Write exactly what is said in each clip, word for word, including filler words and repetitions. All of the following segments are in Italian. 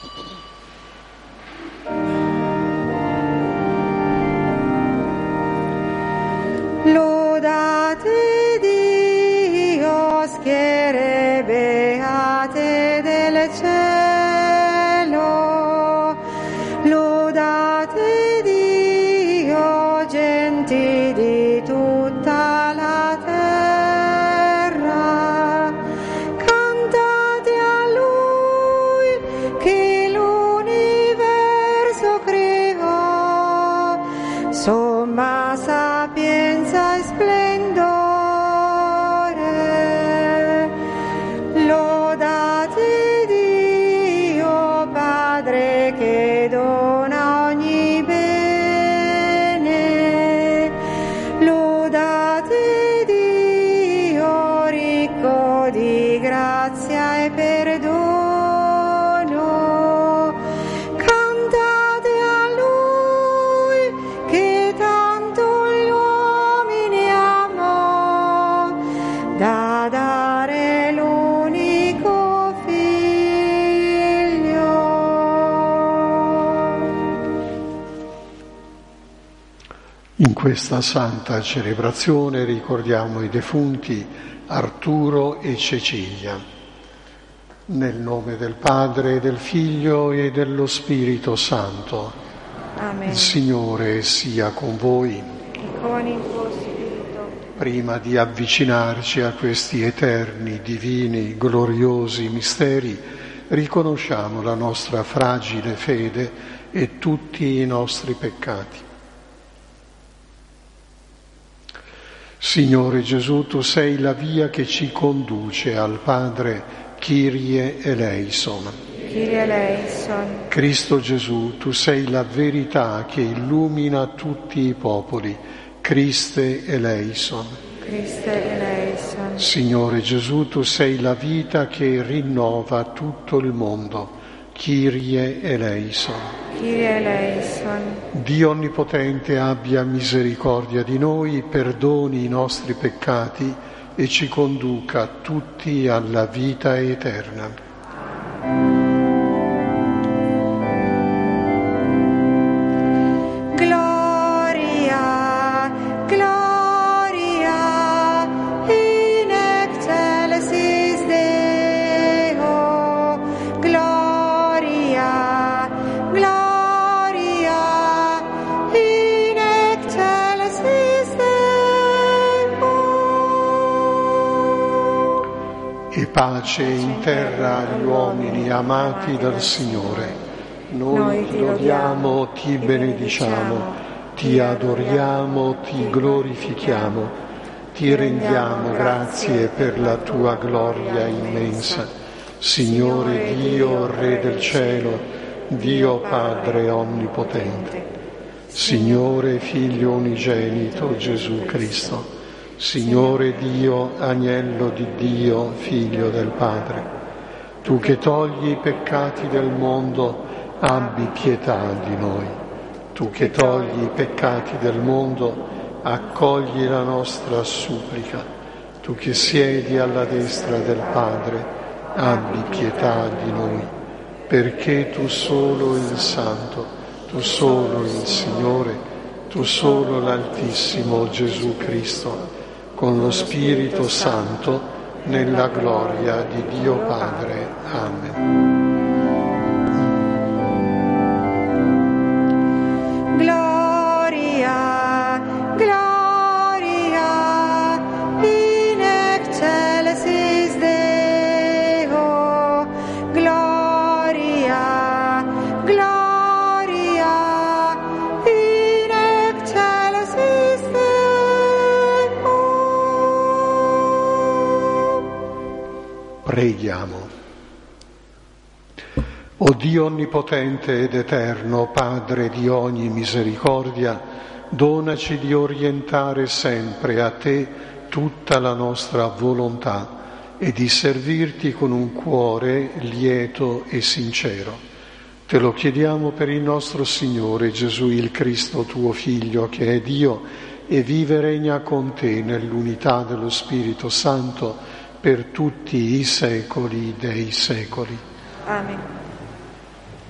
Lodate Dio, schiere beate del cielo, lodate Dio, genti di tutta la terra, cantate a Lui che l'universo creò, somma sapienza e splendore. Lodate Dio, Padre che dona ogni bene, lodate Dio, ricco di grazia e perdono, cantate a Lui che tanto gli uomini amò, da dare l'unico figlio. In questa santa celebrazione ricordiamo i defunti Arturo e Cecilia. Nel nome del Padre, del Figlio e dello Spirito Santo. Amen. Il Signore sia con voi. E con il tuo spirito. Prima di avvicinarci a questi eterni, divini, gloriosi misteri, riconosciamo la nostra fragile fede e tutti i nostri peccati. Signore Gesù, tu sei la via che ci conduce al Padre, Kyrie eleison. Kyrie eleison. Cristo Gesù, tu sei la verità che illumina tutti i popoli, Christe eleison. Christe eleison. Signore Gesù, tu sei la vita che rinnova tutto il mondo, Kyrie eleison. Kyrie eleison. Dio Onnipotente abbia misericordia di noi, perdoni i nostri peccati e ci conduca tutti alla vita eterna. Pace in terra agli uomini amati dal Signore. Noi ti lodiamo, ti benediciamo, ti adoriamo, ti glorifichiamo, ti rendiamo grazie per la tua gloria immensa. Signore Dio, Re del cielo, Dio Padre onnipotente, Signore Figlio unigenito Gesù Cristo, Signore Dio, Agnello di Dio, Figlio del Padre, tu che togli i peccati del mondo, abbi pietà di noi. Tu che togli i peccati del mondo, accogli la nostra supplica. Tu che siedi alla destra del Padre, abbi pietà di noi, perché tu solo il Santo, tu solo il Signore, tu solo l'Altissimo Gesù Cristo, con lo Spirito Santo, nella gloria di Dio Padre. Amen. Gloria, gloria, in excelsis Deo, gloria, gloria, in excelsis Deo. Preghiamo. O Dio onnipotente ed eterno, Padre di ogni misericordia, donaci di orientare sempre a Te tutta la nostra volontà e di servirti con un cuore lieto e sincero. Te lo chiediamo per il nostro Signore Gesù il Cristo, tuo Figlio, che è Dio e vive e regna con Te nell'unità dello Spirito Santo per tutti i secoli dei secoli. Amen.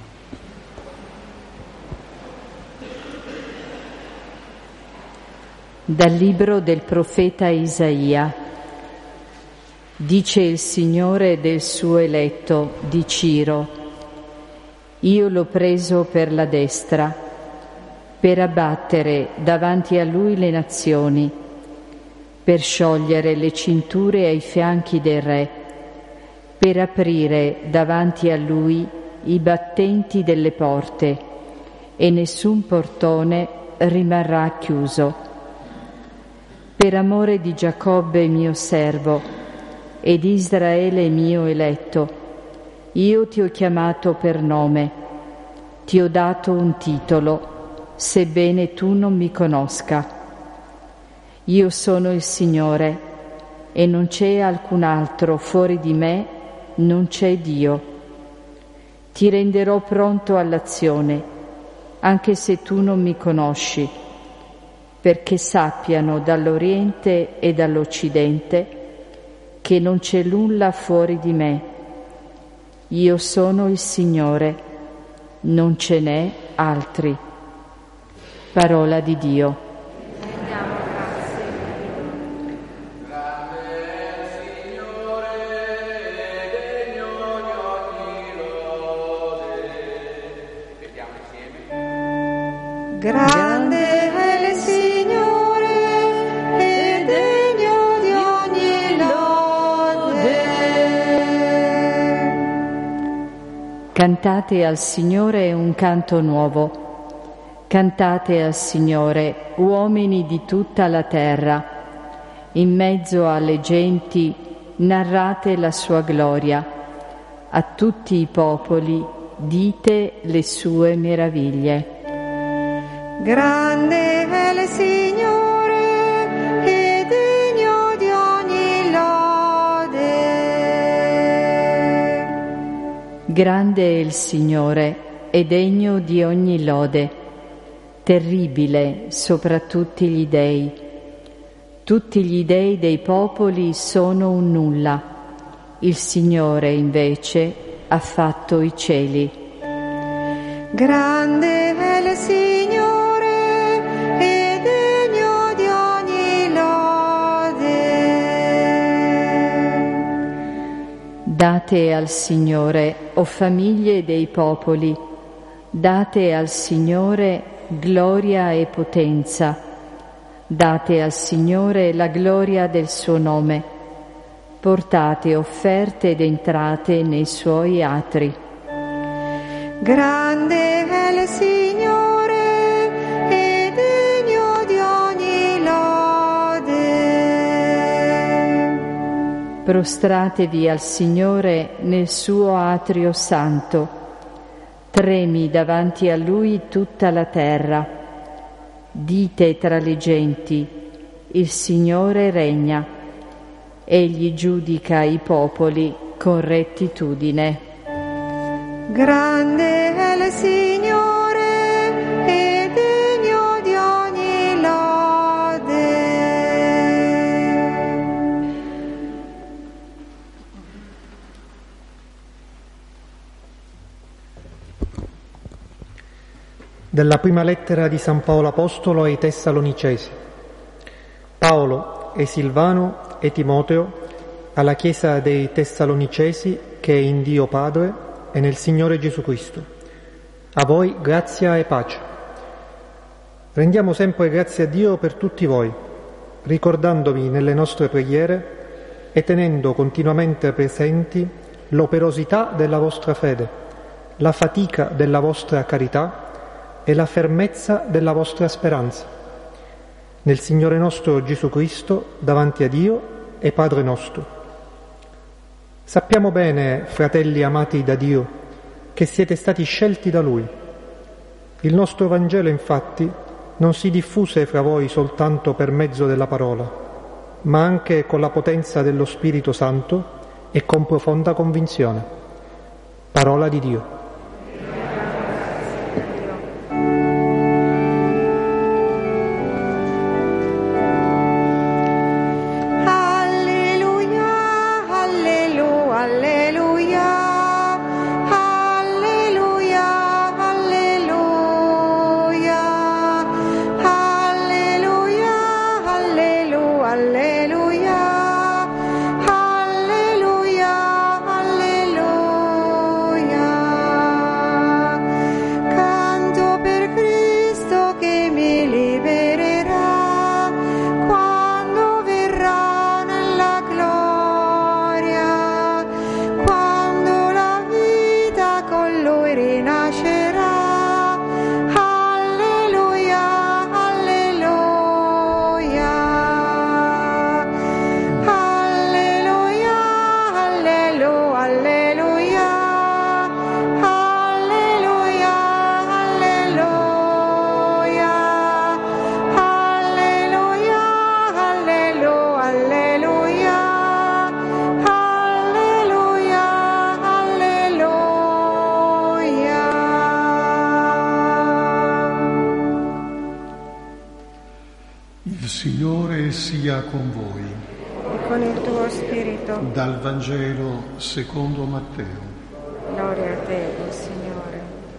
Dal libro del profeta Isaia. Dice il Signore del suo eletto, di Ciro: Io l'ho preso per la destra, per abbattere davanti a lui le nazioni, per sciogliere le cinture ai fianchi del re, per aprire davanti a lui i battenti delle porte, e nessun portone rimarrà chiuso. Per amore di Giacobbe mio servo e di Israele mio eletto, io ti ho chiamato per nome, ti ho dato un titolo, sebbene tu non mi conosca. Io sono il Signore e non c'è alcun altro, fuori di me non c'è Dio. Ti renderò pronto all'azione, anche se tu non mi conosci, perché sappiano dall'Oriente e dall'Occidente che non c'è nulla fuori di me. Io sono il Signore, non ce n'è altri. Parola di Dio. Grande è il Signore e degno di ogni lode. Cantate al Signore un canto nuovo. Cantate al Signore, uomini di tutta la terra. In mezzo alle genti narrate la sua gloria. A tutti i popoli dite le sue meraviglie. Grande è il Signore e degno di ogni lode. Grande è il Signore e degno di ogni lode, terribile sopra tutti gli dei. Tutti gli dei dei popoli sono un nulla, il Signore invece ha fatto i cieli. Grande è il Signore e degno di ogni lode. Date al Signore, o famiglie dei popoli, date al Signore gloria e potenza, date al Signore la gloria del suo nome, portate offerte ed entrate nei suoi atri. Grande è il Signore e degno di ogni lode. Prostratevi al Signore nel suo atrio santo, tremi davanti a Lui tutta la terra. Dite tra le genti: il Signore regna, egli giudica i popoli con rettitudine. Grande è il Signore e degno di ogni lode. Dalla prima lettera di San Paolo Apostolo ai Tessalonicesi. Paolo e Silvano e Timoteo alla Chiesa dei Tessalonicesi che è in Dio Padre e nel Signore Gesù Cristo. A voi grazia e pace. Rendiamo sempre grazie a Dio per tutti voi, ricordandovi nelle nostre preghiere e tenendo continuamente presenti l'operosità della vostra fede, la fatica della vostra carità e la fermezza della vostra speranza. Nel Signore nostro Gesù Cristo, davanti a Dio e Padre nostro. Sappiamo bene, fratelli amati da Dio, che siete stati scelti da Lui. Il nostro Vangelo, infatti, non si diffuse fra voi soltanto per mezzo della parola, ma anche con la potenza dello Spirito Santo e con profonda convinzione. Parola di Dio. Alleluia, sia con voi. E con il tuo spirito. Dal Vangelo secondo Matteo. Gloria a te, o Signore.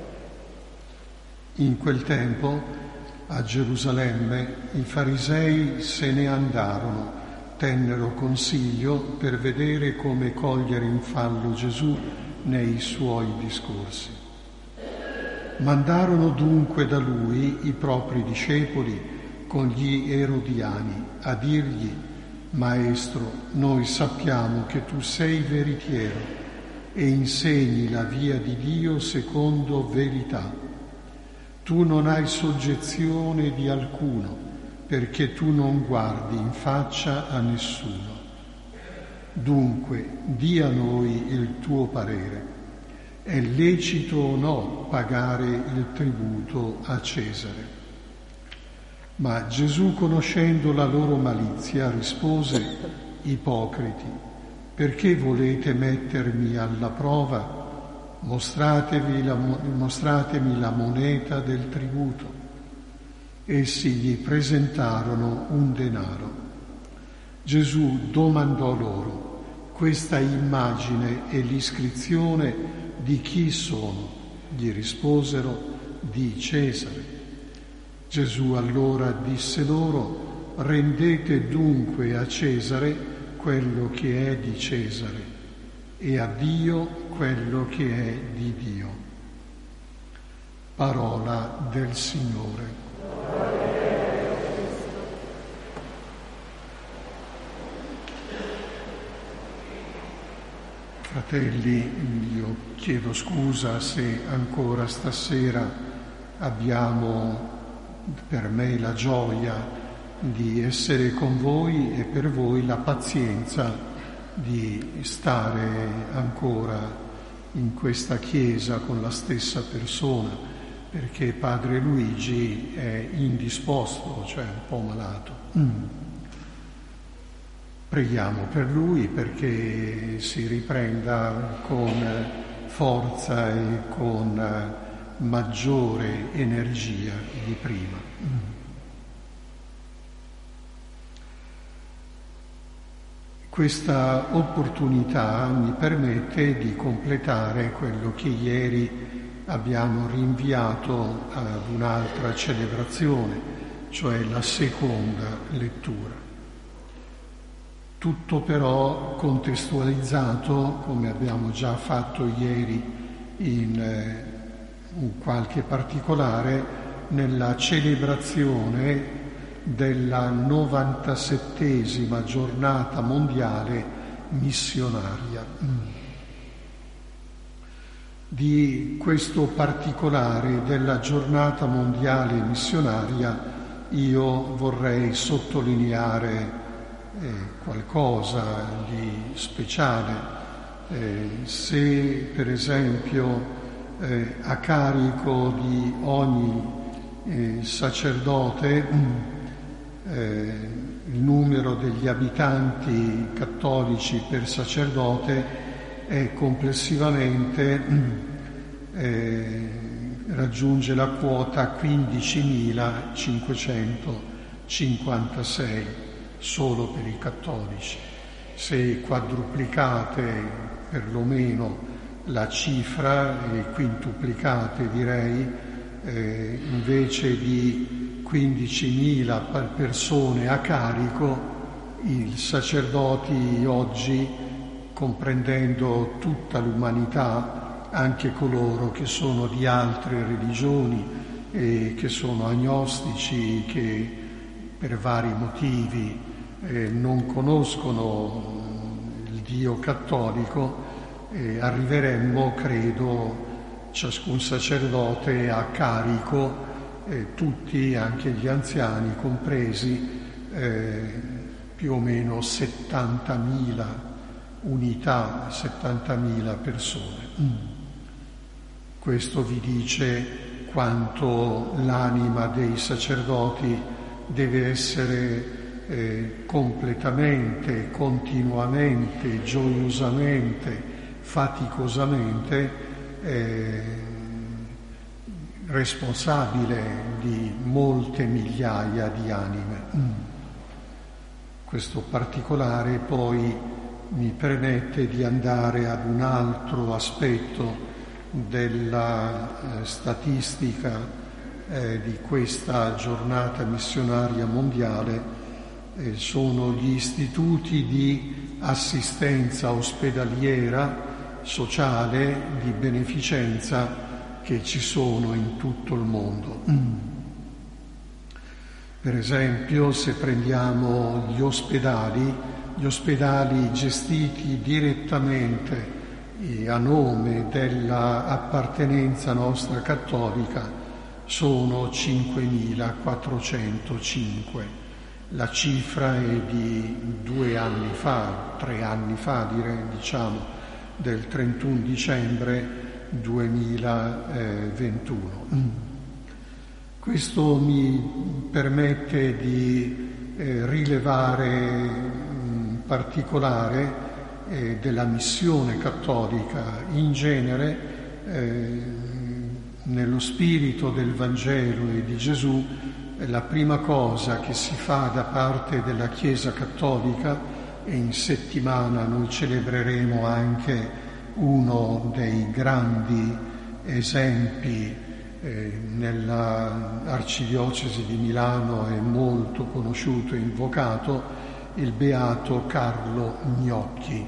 In quel tempo, a Gerusalemme, i farisei se ne andarono, tennero consiglio per vedere come cogliere in fallo Gesù nei suoi discorsi. Mandarono dunque da lui i propri discepoli con gli erodiani a dirgli: Maestro, noi sappiamo che tu sei veritiero e insegni la via di Dio secondo verità. Tu non hai soggezione di alcuno, perché tu non guardi in faccia a nessuno. Dunque, di a noi il tuo parere. È lecito o no pagare il tributo a Cesare? Ma Gesù, conoscendo la loro malizia, rispose: Ipocriti, perché volete mettermi alla prova? Mostratevi la, mostratemi la moneta del tributo. Essi gli presentarono un denaro. Gesù domandò loro: questa immagine e l'iscrizione di chi sono? Gli risposero: di Cesare. Gesù allora disse loro: rendete dunque a Cesare quello che è di Cesare e a Dio quello che è di Dio. Parola del Signore. Fratelli, io chiedo scusa se ancora stasera abbiamo per me la gioia di essere con voi e per voi la pazienza di stare ancora in questa chiesa con la stessa persona, perché padre Luigi è indisposto, cioè un po' malato. Mm. Preghiamo per lui perché si riprenda con forza e con maggiore energia di prima. Questa opportunità mi permette di completare quello che ieri abbiamo rinviato ad un'altra celebrazione, cioè la seconda lettura. Tutto però contestualizzato, come abbiamo già fatto ieri in eh, in qualche particolare, nella celebrazione della novantasettesima giornata mondiale missionaria. Di questo particolare della giornata mondiale missionaria io vorrei sottolineare eh, qualcosa di speciale. Eh, se per esempio Eh, a carico di ogni eh, sacerdote eh, il numero degli abitanti cattolici per sacerdote è complessivamente eh, raggiunge la quota quindicimilacinquecentocinquantasei solo per i cattolici. Se quadruplicate perlomeno la cifra, e quintuplicate direi, eh, invece di quindicimila persone a carico, i sacerdoti oggi, comprendendo tutta l'umanità, anche coloro che sono di altre religioni e che sono agnostici, che per vari motivi eh, non conoscono il Dio cattolico, Eh, arriveremmo, credo, ciascun sacerdote a carico, eh, tutti, anche gli anziani compresi, eh, più o meno settantamila unità, settantamila persone. Mm. Questo vi dice quanto l'anima dei sacerdoti deve essere eh, completamente, continuamente, gioiosamente, faticosamente eh, responsabile di molte migliaia di anime. Mm. questo particolare poi mi permette di andare ad un altro aspetto della eh, statistica eh, di questa giornata missionaria mondiale. Eh, sono gli istituti di assistenza ospedaliera sociale, di beneficenza che ci sono in tutto il mondo. Per esempio, se prendiamo gli ospedali, gli ospedali gestiti direttamente eh, a nome dell'appartenenza nostra cattolica sono cinquemilaquattrocentocinque. La cifra è di due anni fa, tre anni fa direi, diciamo, del trentuno dicembre duemilaventuno. Questo mi permette di eh, rilevare in particolare eh, della missione cattolica in genere, eh, nello spirito del Vangelo e di Gesù. La prima cosa che si fa da parte della Chiesa cattolica, e in settimana noi celebreremo anche uno dei grandi esempi eh, nella Arcidiocesi di Milano, è molto conosciuto e invocato, il beato Carlo Gnocchi.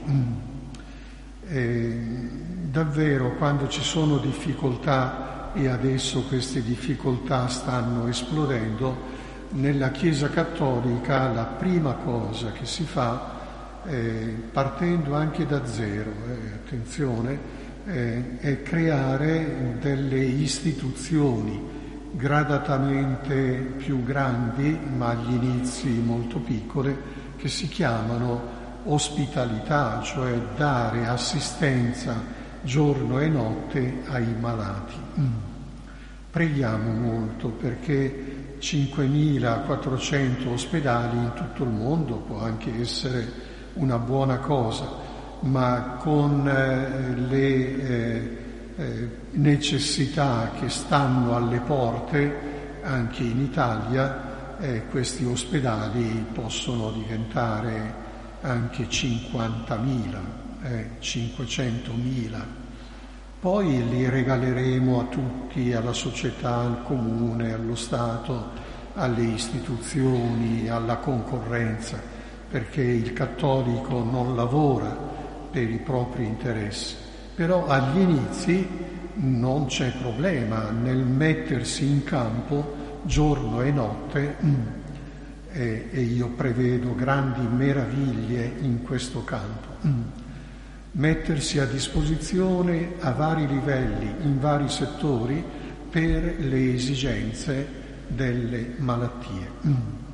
E davvero, quando ci sono difficoltà, e adesso queste difficoltà stanno esplodendo, nella Chiesa cattolica la prima cosa che si fa, eh, partendo anche da zero, eh, attenzione, eh, è creare delle istituzioni gradatamente più grandi, ma agli inizi molto piccole, che si chiamano ospitalità, cioè dare assistenza giorno e notte ai malati. Mm. Preghiamo molto perché cinquemilaquattrocento ospedali in tutto il mondo può anche essere una buona cosa, ma con eh, le eh, eh, necessità che stanno alle porte anche in Italia, eh, questi ospedali possono diventare anche cinquantamila, eh, cinquecentomila. Poi li regaleremo a tutti, alla società, al comune, allo Stato, alle istituzioni, alla concorrenza, perché il cattolico non lavora per i propri interessi. Però agli inizi non c'è problema nel mettersi in campo giorno e notte mm, e, e io prevedo grandi meraviglie in questo campo. Mm. Mettersi a disposizione a vari livelli, in vari settori, per le esigenze delle malattie. Mm.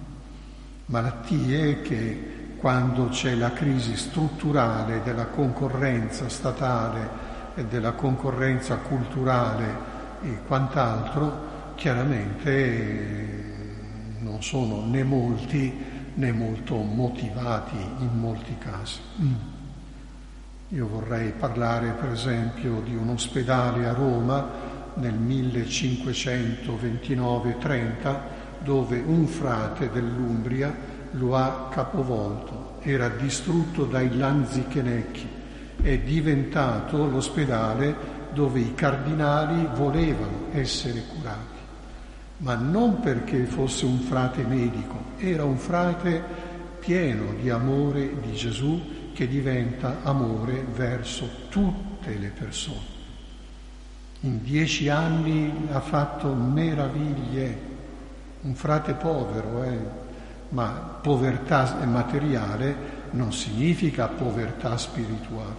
Malattie che, quando c'è la crisi strutturale della concorrenza statale e della concorrenza culturale e quant'altro, chiaramente non sono né molti né molto motivati in molti casi. Mm. Io vorrei parlare per esempio di un ospedale a Roma nel millecinquecentoventinove trenta, dove un frate dell'Umbria lo ha capovolto, era distrutto dai lanzichenecchi, è diventato l'ospedale dove i cardinali volevano essere curati, ma non perché fosse un frate medico, era un frate pieno di amore di Gesù, che diventa amore verso tutte le persone. In dieci anni ha fatto meraviglie, un frate povero, eh, ma povertà materiale non significa povertà spirituale.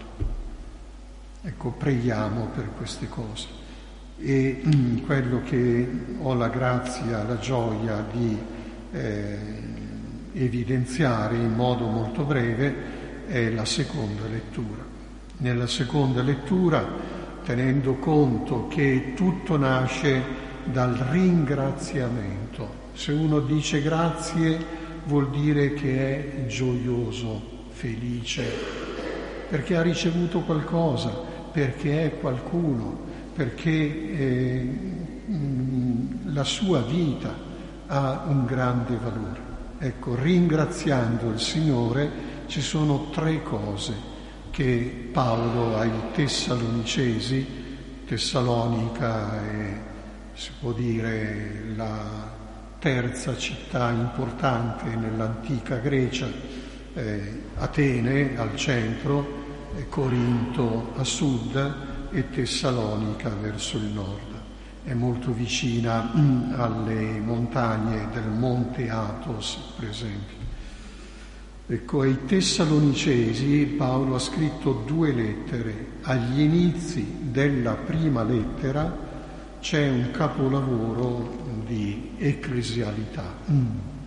Ecco, preghiamo per queste cose. E mm, quello che ho la grazia, la gioia di eh, evidenziare in modo molto breve è la seconda lettura. Nella seconda lettura, tenendo conto che tutto nasce dal ringraziamento, se uno dice grazie vuol dire che è gioioso, felice, perché ha ricevuto qualcosa, perché è qualcuno, perché eh, la sua vita ha un grande valore. Ecco, ringraziando il Signore ci sono tre cose che Paolo ai Tessalonicesi, Tessalonica è, si può dire, la terza città importante nell'antica Grecia, eh, Atene al centro, eh, Corinto a sud e Tessalonica verso il nord. È molto vicina mm, alle montagne del Monte Athos, per esempio. Ecco, ai Tessalonicesi Paolo ha scritto due lettere. Agli inizi della prima lettera c'è un capolavoro di ecclesialità, mm,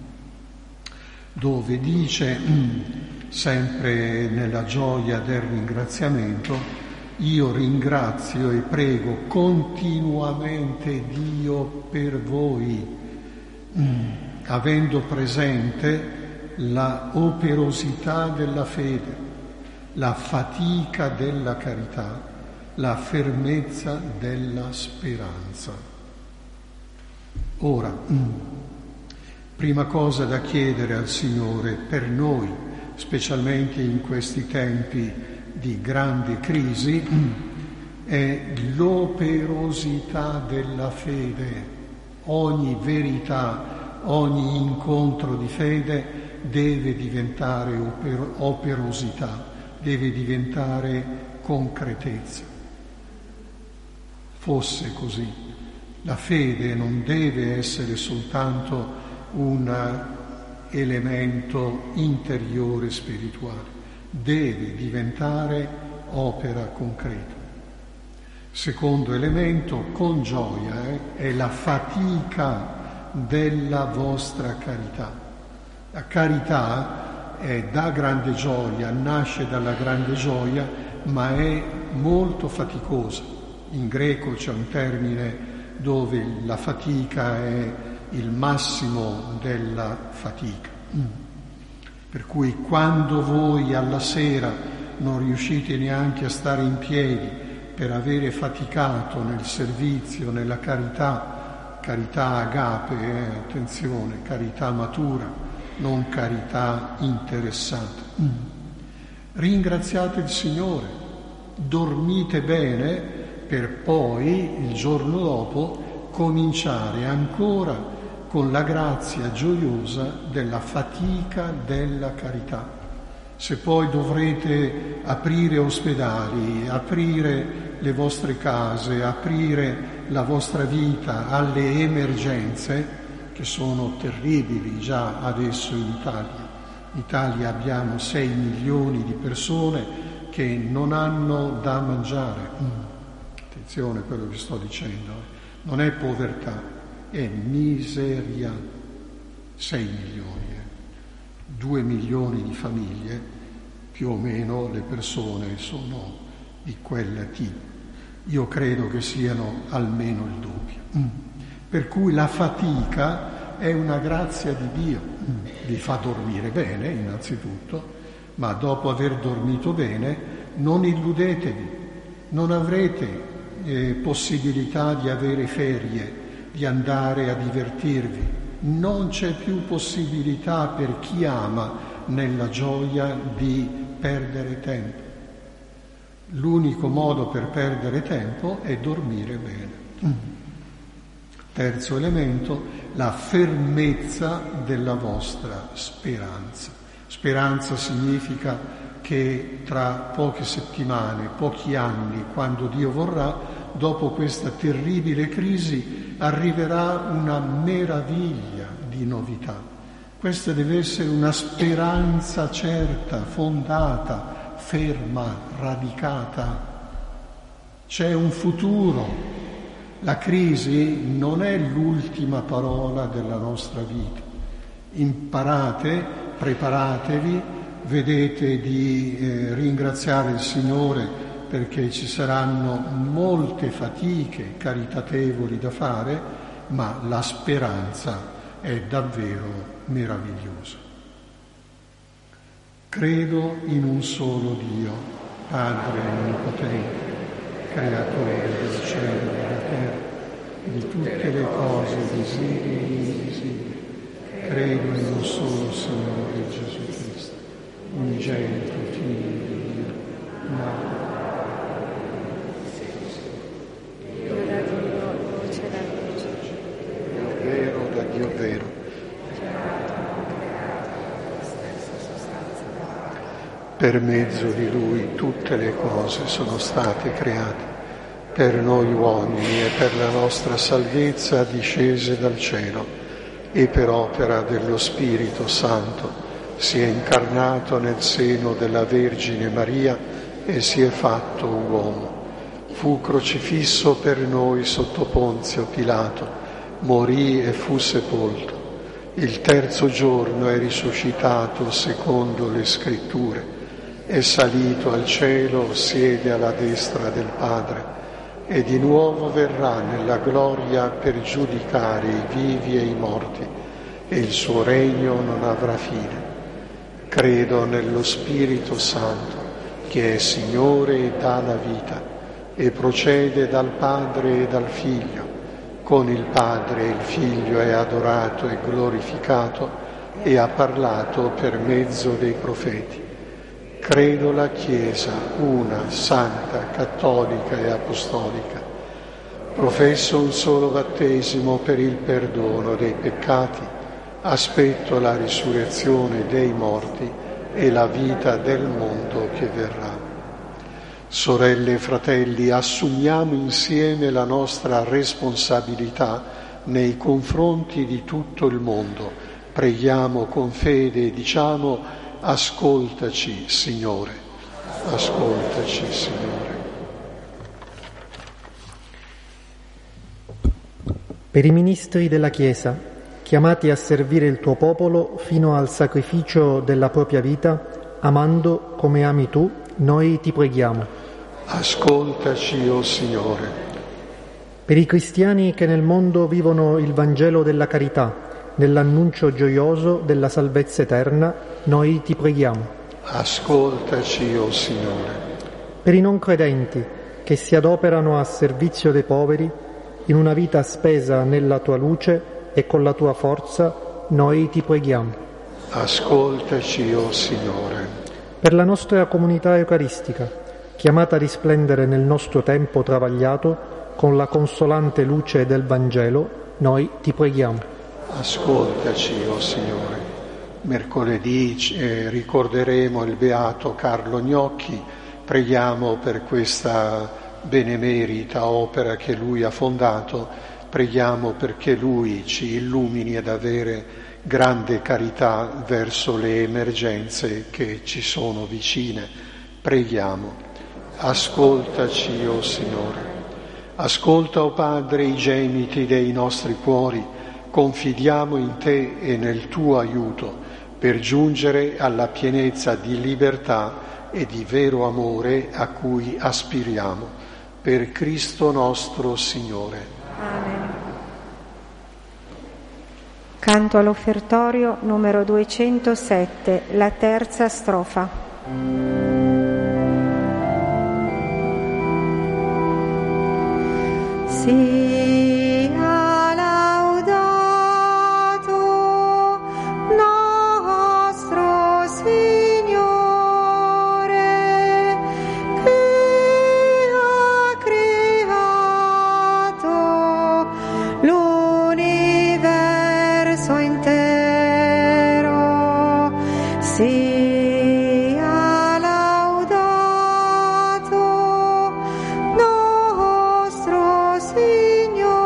dove dice, mm, sempre nella gioia del ringraziamento, io ringrazio e prego continuamente Dio per voi, mm, avendo presente la operosità della fede, la fatica della carità, la fermezza della speranza. Ora, mm, prima cosa da chiedere al Signore per noi, specialmente in questi tempi di grande crisi, è l'operosità della fede. Ogni verità, ogni incontro di fede deve diventare oper- operosità, deve diventare concretezza. Fosse così. La fede non deve essere soltanto un elemento interiore spirituale, deve diventare opera concreta. Secondo elemento, con gioia, eh, è la fatica della vostra carità. La carità è da grande gioia, nasce dalla grande gioia, ma è molto faticosa. In greco c'è un termine dove la fatica è il massimo della fatica. Per cui quando voi alla sera non riuscite neanche a stare in piedi per avere faticato nel servizio, nella carità, carità agape, eh, attenzione, carità matura, non carità interessata. Mm. Ringraziate il Signore, dormite bene per poi, il giorno dopo, cominciare ancora con la grazia gioiosa della fatica della carità. Se poi dovrete aprire ospedali, aprire le vostre case, aprire la vostra vita alle emergenze, che sono terribili già adesso in Italia. In Italia abbiamo sei milioni di persone che non hanno da mangiare. Attenzione a quello che sto dicendo, non è povertà, è miseria. sei milioni, eh. due milioni di famiglie, più o meno le persone sono di quel tipo. Io credo che siano almeno il doppio. Mm. Per cui la fatica è una grazia di Dio, mm. vi fa dormire bene innanzitutto, ma dopo aver dormito bene non illudetevi, non avrete eh, possibilità di avere ferie, di andare a divertirvi. Non c'è più possibilità per chi ama nella gioia di perdere tempo. L'unico modo per perdere tempo è dormire bene. Terzo elemento, la fermezza della vostra speranza. Speranza significa che tra poche settimane, pochi anni, quando Dio vorrà, dopo questa terribile crisi, arriverà una meraviglia di novità. Questa deve essere una speranza certa, fondata, ferma, radicata. C'è un futuro. La crisi non è l'ultima parola della nostra vita. Imparate, preparatevi, vedete di eh, ringraziare il Signore perché ci saranno molte fatiche caritatevoli da fare, ma la speranza è davvero meravigliosa. Credo in un solo Dio, Padre onnipotente, creatore del cielo e della terra, di tutte le cose visibili e invisibili. credo in un solo Signore Gesù Cristo, unigenito Figlio di Dio, nato da Dio, voce da voce, vero da Dio vero, per mezzo di Lui tutte le cose sono state create, per noi uomini e per la nostra salvezza discese dal cielo, e per opera dello Spirito Santo si è incarnato nel seno della Vergine Maria e si è fatto uomo. Fu crocifisso per noi sotto Ponzio Pilato, morì e fu sepolto. Il terzo giorno è risuscitato secondo le Scritture, è salito al cielo, siede alla destra del Padre e di nuovo verrà nella gloria per giudicare i vivi e i morti, e il suo regno non avrà fine. Credo nello Spirito Santo, che è Signore e dà la vita, e procede dal Padre e dal Figlio. Con il Padre e il Figlio è adorato e glorificato e ha parlato per mezzo dei profeti. Credo la Chiesa, una, santa, cattolica e apostolica. Professo un solo battesimo per il perdono dei peccati. Aspetto la risurrezione dei morti e la vita del mondo che verrà. Sorelle e fratelli, assumiamo insieme la nostra responsabilità nei confronti di tutto il mondo. Preghiamo con fede e diciamo: ascoltaci, Signore, ascoltaci, Signore. Per i ministri della Chiesa, chiamati a servire il tuo popolo fino al sacrificio della propria vita, amando come ami tu, noi ti preghiamo. Ascoltaci, o Signore. Per i cristiani che nel mondo vivono il Vangelo della carità, nell'annuncio gioioso della salvezza eterna, noi ti preghiamo. Ascoltaci, o Signore. Per i non credenti che si adoperano a servizio dei poveri, in una vita spesa nella tua luce e con la tua forza, noi ti preghiamo. Ascoltaci, o Signore. Per la nostra comunità eucaristica, chiamata a risplendere nel nostro tempo travagliato con la consolante luce del Vangelo, noi ti preghiamo. Ascoltaci, o Signore. Mercoledì eh, ricorderemo il beato Carlo Gnocchi. Preghiamo per questa benemerita opera che lui ha fondato. Preghiamo perché lui ci illumini ad avere grande carità verso le emergenze che ci sono vicine. Preghiamo. Ascoltaci, o Signore. Ascolta, o Padre, i gemiti dei nostri cuori. Confidiamo in te e nel tuo aiuto per giungere alla pienezza di libertà e di vero amore a cui aspiriamo. Per Cristo nostro Signore. Amen. Canto all'offertorio numero duecentosette, la terza strofa. Sia laudato nostro Signore, che ha creato l'universo intero. Sia laudato nostro Signore,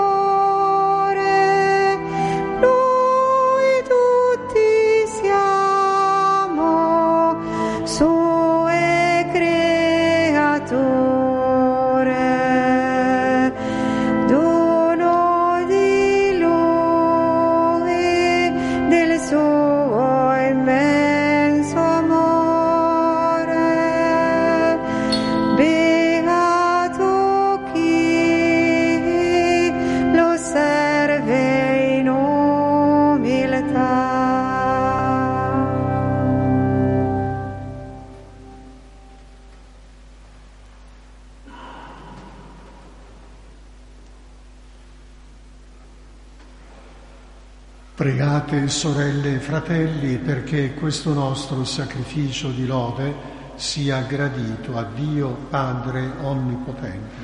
Pregate, sorelle e fratelli, perché questo nostro sacrificio di lode sia gradito a Dio Padre Onnipotente.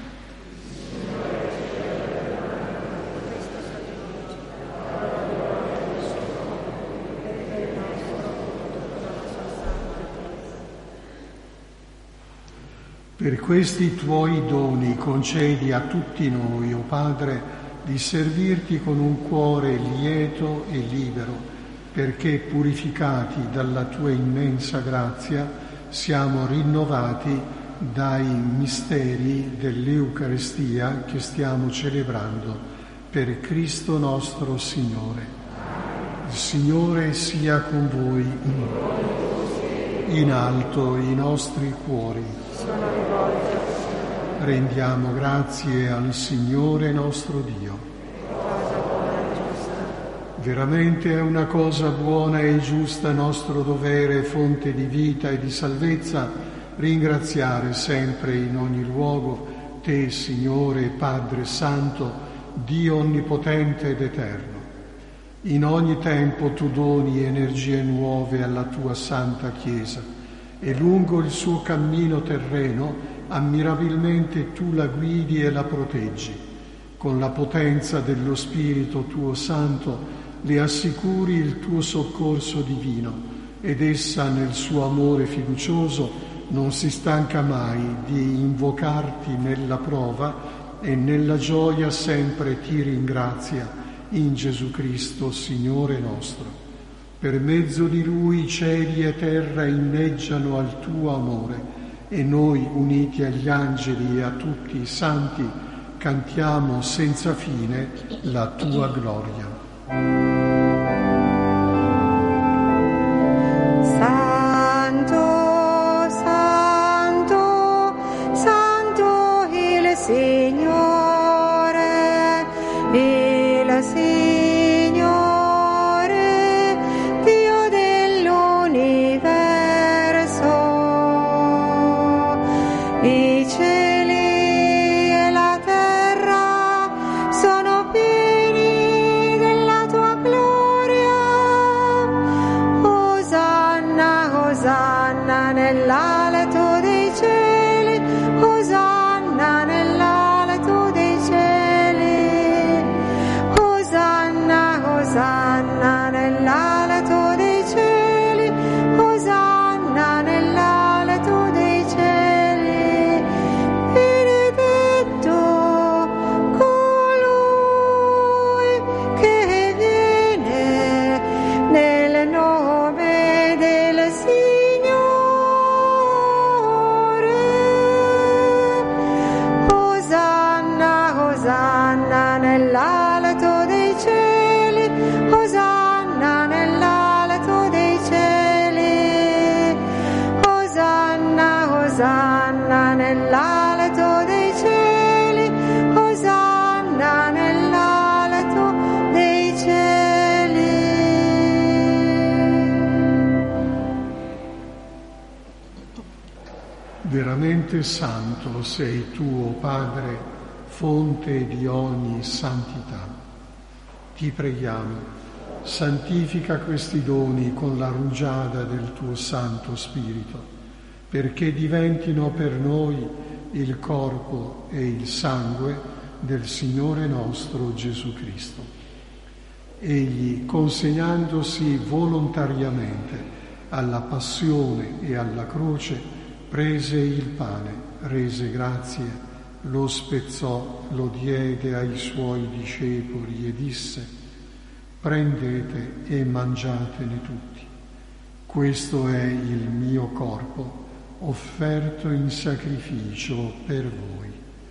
Per questi tuoi doni concedi a tutti noi, o Padre, di servirti con un cuore lieto e libero, perché purificati dalla tua immensa grazia siamo rinnovati dai misteri dell'Eucaristia che stiamo celebrando per Cristo nostro Signore. Il Signore sia con voi. In alto i nostri cuori. Rendiamo grazie al Signore nostro Dio. Veramente è una cosa buona e giusta, nostro dovere, fonte di vita e di salvezza, ringraziare sempre in ogni luogo Te, Signore, Padre Santo, Dio Onnipotente ed Eterno. In ogni tempo Tu doni energie nuove alla Tua Santa Chiesa e lungo il suo cammino terreno ammirabilmente Tu la guidi e la proteggi. Con la potenza dello Spirito Tuo Santo le assicuri il Tuo soccorso divino ed essa nel suo amore fiducioso non si stanca mai di invocarti nella prova e nella gioia sempre ti ringrazia in Gesù Cristo, Signore nostro. Per mezzo di Lui cieli e terra inneggiano al Tuo amore e noi, uniti agli angeli e a tutti i santi, cantiamo senza fine la Tua gloria. Santo, Santo, Santo il Signore, il Signore, Dio dell'universo. I cieli e la terra sono pieni della Tua gloria. Osanna, Osanna nell'alto dei cieli, Osanna nell'alto dei cieli, Osanna, Osanna nell'alto dei cieli, Osanna nell'alto dei cieli. Benedetto colui che viene nel nome del Signore. Osanna, Osanna nell'alto dei cieli, Osanna nell'alto dei cieli, Osanna, Osanna nell'alto dei cieli, Osanna nell'alto dei cieli. Veramente santo sei Tu, o Padre, fonte di ogni santità. Ti preghiamo, santifica questi doni con la rugiada del Tuo Santo Spirito, perché diventino per noi il corpo e il sangue del Signore nostro Gesù Cristo. Egli, consegnandosi volontariamente alla passione e alla croce, prese il pane, rese grazie, lo spezzò, lo diede ai Suoi discepoli e disse: prendete e mangiatene tutti. Questo è il mio corpo, offerto in sacrificio per voi.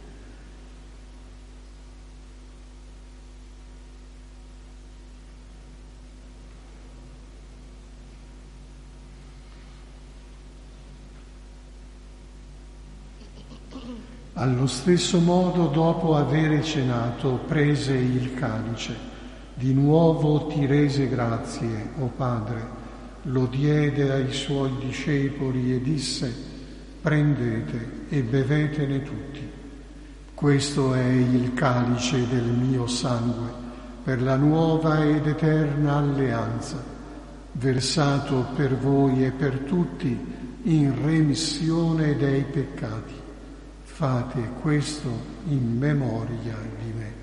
Allo stesso modo, dopo avere cenato, prese il calice. Di nuovo ti rese grazie, o Padre, lo diede ai Suoi discepoli e disse: prendete e bevetene tutti. Questo è il calice del mio sangue, per la nuova ed eterna alleanza, versato per voi e per tutti in remissione dei peccati. Fate questo in memoria di me.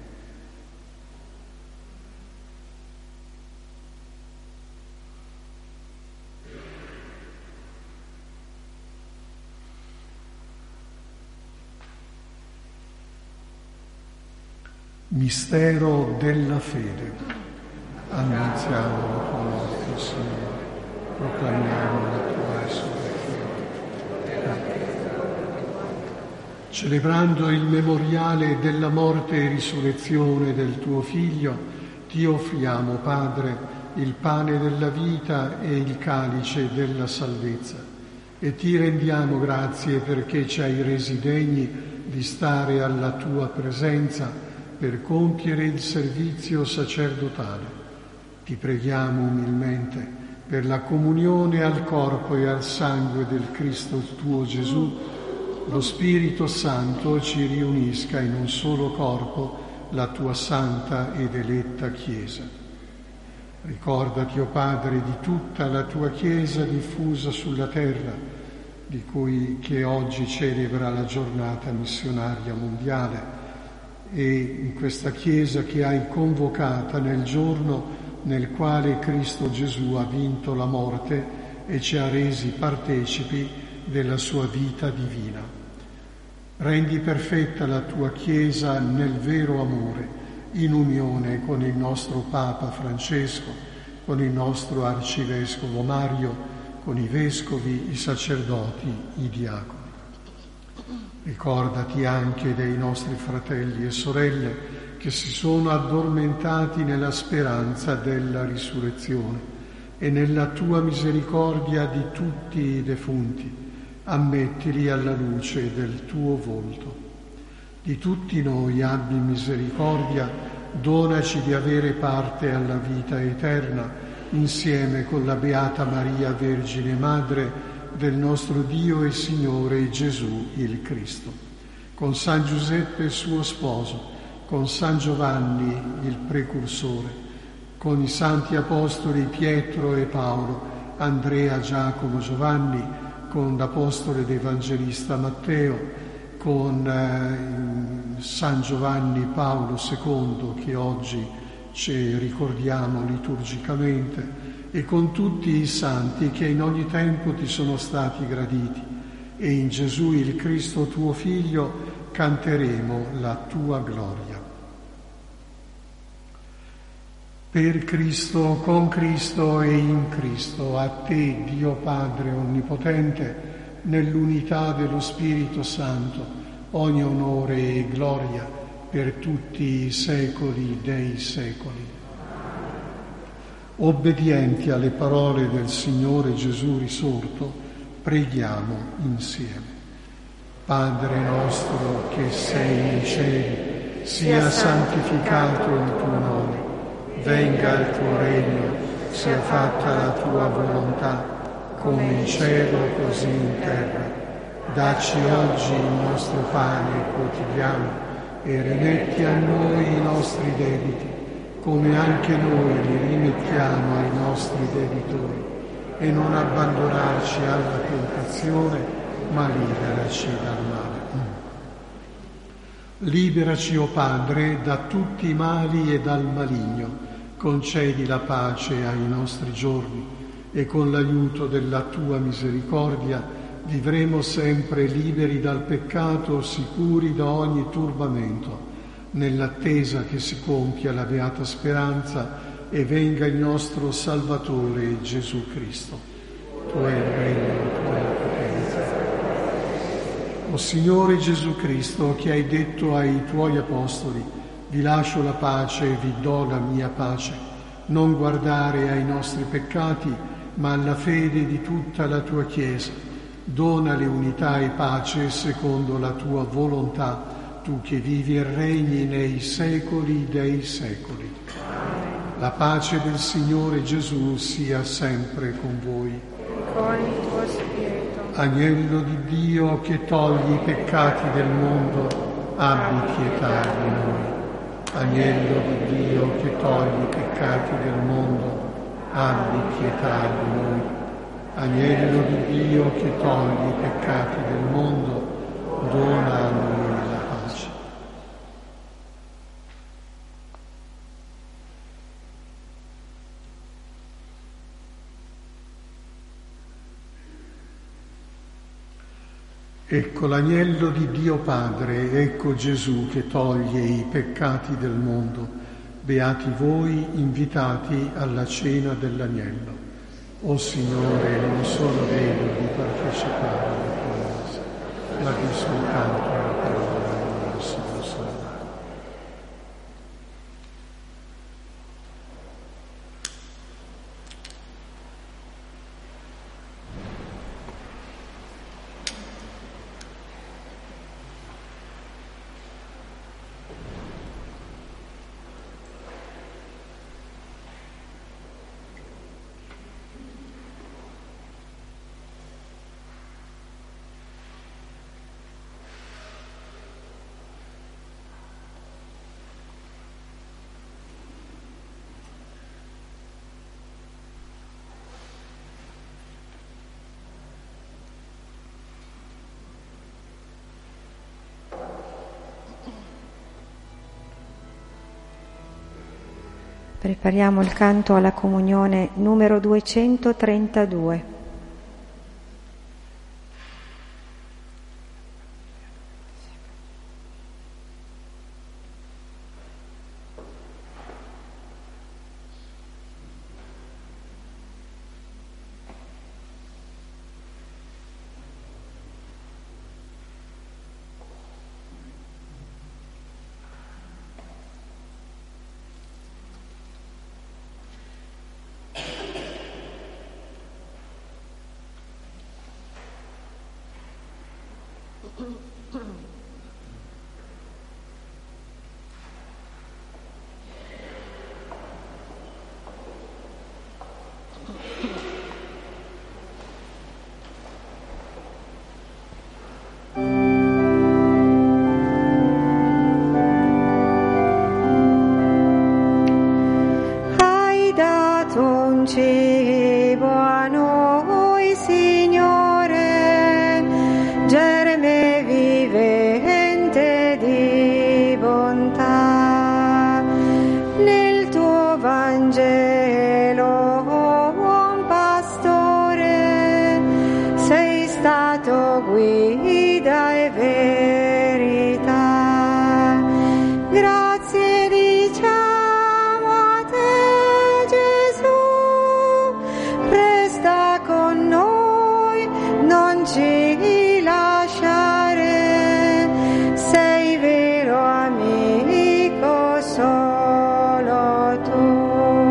Mistero della fede. Annunziamo la tua morte, Signore, proclamiamo la tua resurrezione. Celebrando il memoriale della morte e risurrezione del tuo Figlio, ti offriamo, Padre, il pane della vita e il calice della salvezza, e ti rendiamo grazie perché ci hai resi degni di stare alla tua presenza per compiere il servizio sacerdotale. Ti preghiamo umilmente per la comunione al corpo e al sangue del Cristo tuo Gesù. Lo Spirito Santo ci riunisca in un solo corpo, la tua santa ed eletta Chiesa. Ricordati, o Padre, di tutta la tua Chiesa diffusa sulla terra, di cui che oggi celebra la giornata missionaria mondiale, e in questa Chiesa che hai convocata nel giorno nel quale Cristo Gesù ha vinto la morte e ci ha resi partecipi della sua vita divina. Rendi perfetta la tua Chiesa nel vero amore, in unione con il nostro Papa Francesco, con il nostro Arcivescovo Mario, con i Vescovi, i sacerdoti, i diaconi. Ricordati anche dei nostri fratelli e sorelle che si sono addormentati nella speranza della risurrezione, e nella tua misericordia di tutti i defunti ammettili alla luce del tuo volto. Di tutti noi abbi misericordia, donaci di avere parte alla vita eterna, insieme con la Beata Maria, Vergine Madre del nostro Dio e Signore Gesù il Cristo, con San Giuseppe suo sposo, con San Giovanni il precursore, con i santi apostoli Pietro e Paolo, Andrea, Giacomo, Giovanni, con l'apostolo ed evangelista Matteo, con eh, San Giovanni Paolo secondo, che oggi ci ricordiamo liturgicamente, e con tutti i santi che in ogni tempo ti sono stati graditi, e in Gesù il Cristo tuo Figlio canteremo la tua gloria. Per Cristo, con Cristo e in Cristo, a te, Dio Padre Onnipotente, nell'unità dello Spirito Santo, ogni onore e gloria per tutti i secoli dei secoli. Obbedienti alle parole del Signore Gesù risorto, preghiamo insieme. Padre nostro che sei nei cieli, sia santificato il tuo nome, venga il tuo regno, sia fatta la tua volontà, come in cielo così in terra. Dacci oggi il nostro pane quotidiano e rimetti a noi i nostri debiti, come anche noi li rimettiamo ai nostri debitori, e non abbandonarci alla tentazione, ma liberaci dal male. Liberaci, o Padre, da tutti i mali e dal maligno. Concedi la pace ai nostri giorni, e con l'aiuto della tua misericordia vivremo sempre liberi dal peccato, sicuri da ogni turbamento, nell'attesa che si compia la beata speranza e venga il nostro Salvatore Gesù Cristo. Tu hai il regno, tu hai la potenza. O Signore Gesù Cristo, che hai detto ai tuoi apostoli: vi lascio la pace e vi do la mia pace, non guardare ai nostri peccati, ma alla fede di tutta la tua Chiesa. Donale unità e pace secondo la tua volontà, tu che vivi e regni nei secoli dei secoli. La pace del Signore Gesù sia sempre con voi. Con il tuo spirito. Agnello di Dio che togli i peccati del mondo, abbi pietà di noi. Agnello di Dio che togli i peccati del mondo, abbi pietà di noi. Agnello di Dio che togli i peccati del mondo, dona a noi la pace. Ecco l'agnello di Dio Padre, ecco Gesù che toglie i peccati del mondo. Beati voi invitati alla cena dell'agnello. O Signore, non sono degno di partecipare alla tua messa, ma di soltanto la parola e non sono salvato. Prepariamo il canto alla comunione numero duecentotrentadue. Hai dato un cibo a noi, Signore, germe vivente di bontà. Nel tuo Vangelo, buon pastore, sei stato guida e verità. Grazie diciamo a te, Gesù, resta con noi, non ci lasciare, sei vero amico solo tu.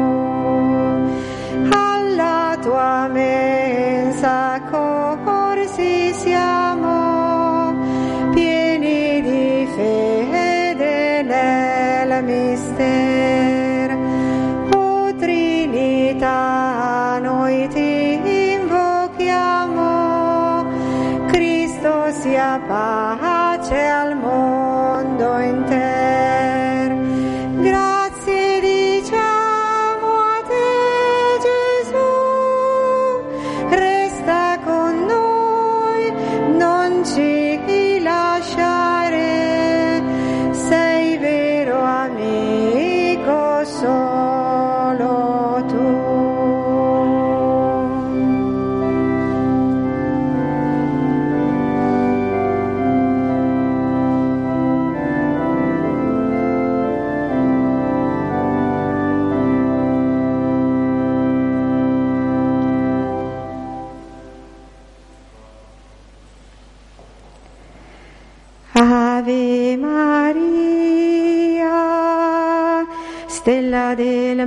Alla tua mensa corsi siamo, pieni di fede nel mister. O Trinità, noi ti invochiamo, Cristo sia pace al mondo intero. Grazie diciamo a te, Gesù, resta con noi, non ci lasciare, sei vero amico solo tu. Ave Maria, stella del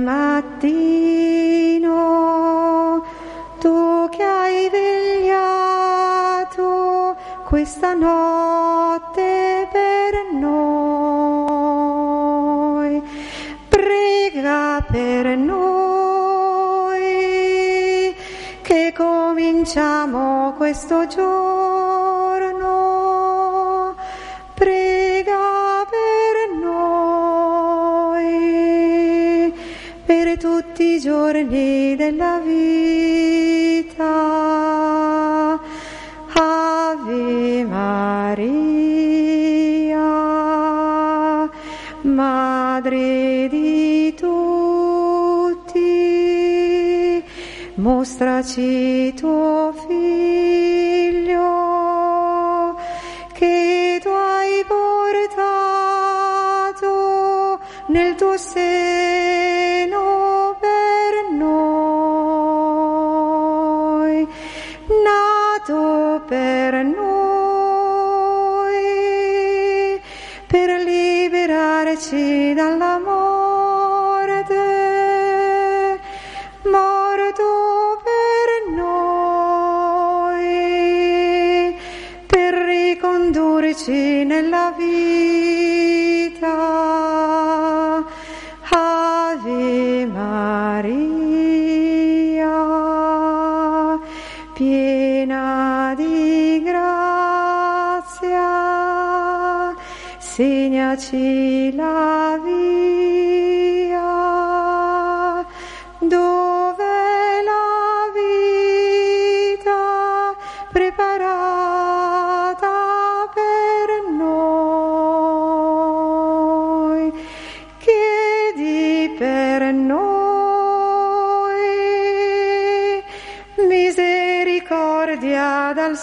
mattino, tu che hai vegliato questa notte per noi, prega per noi che cominciamo questo giorno. Prega per noi. e tutti i giorni della vita. Ave Maria, Madre di tutti, mostraci tuo Figlio, che tu hai portato nel tuo seno per noi, nato per noi, per liberarci dalla morte, morto per noi, per ricondurci nella vita. Ave Maria, piena di grazia, segnaci la via, dove la vita preparata per noi. Chiedi per noi misericordia dal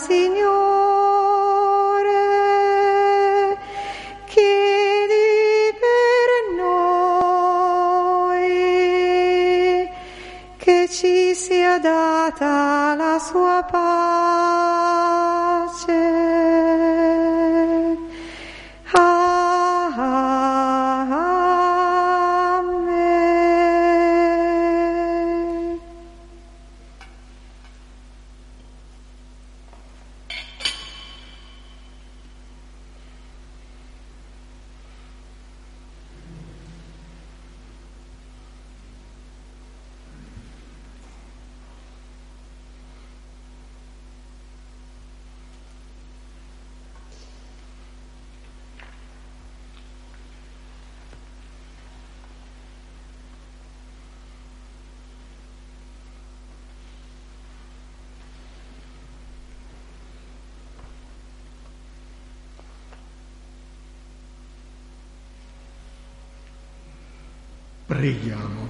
Signore. Chiedi per noi che ci sia data la sua pace. Amen. Preghiamo.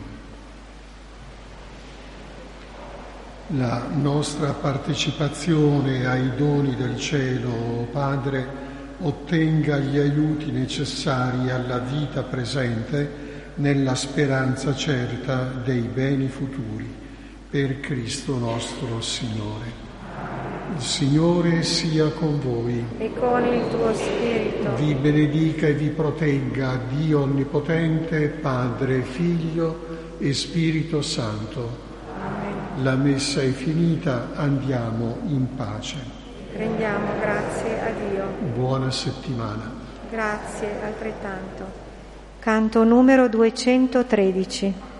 La nostra partecipazione ai doni del cielo, Padre, ottenga gli aiuti necessari alla vita presente nella speranza certa dei beni futuri. Per Cristo nostro Signore. Il Signore sia con voi. E con il tuo spirito. Vi benedica e vi protegga Dio Onnipotente, Padre, Figlio e Spirito Santo. Amen. La messa è finita, andiamo in pace. Rendiamo grazie a Dio. Buona settimana. Grazie altrettanto. Canto numero duecentotredici.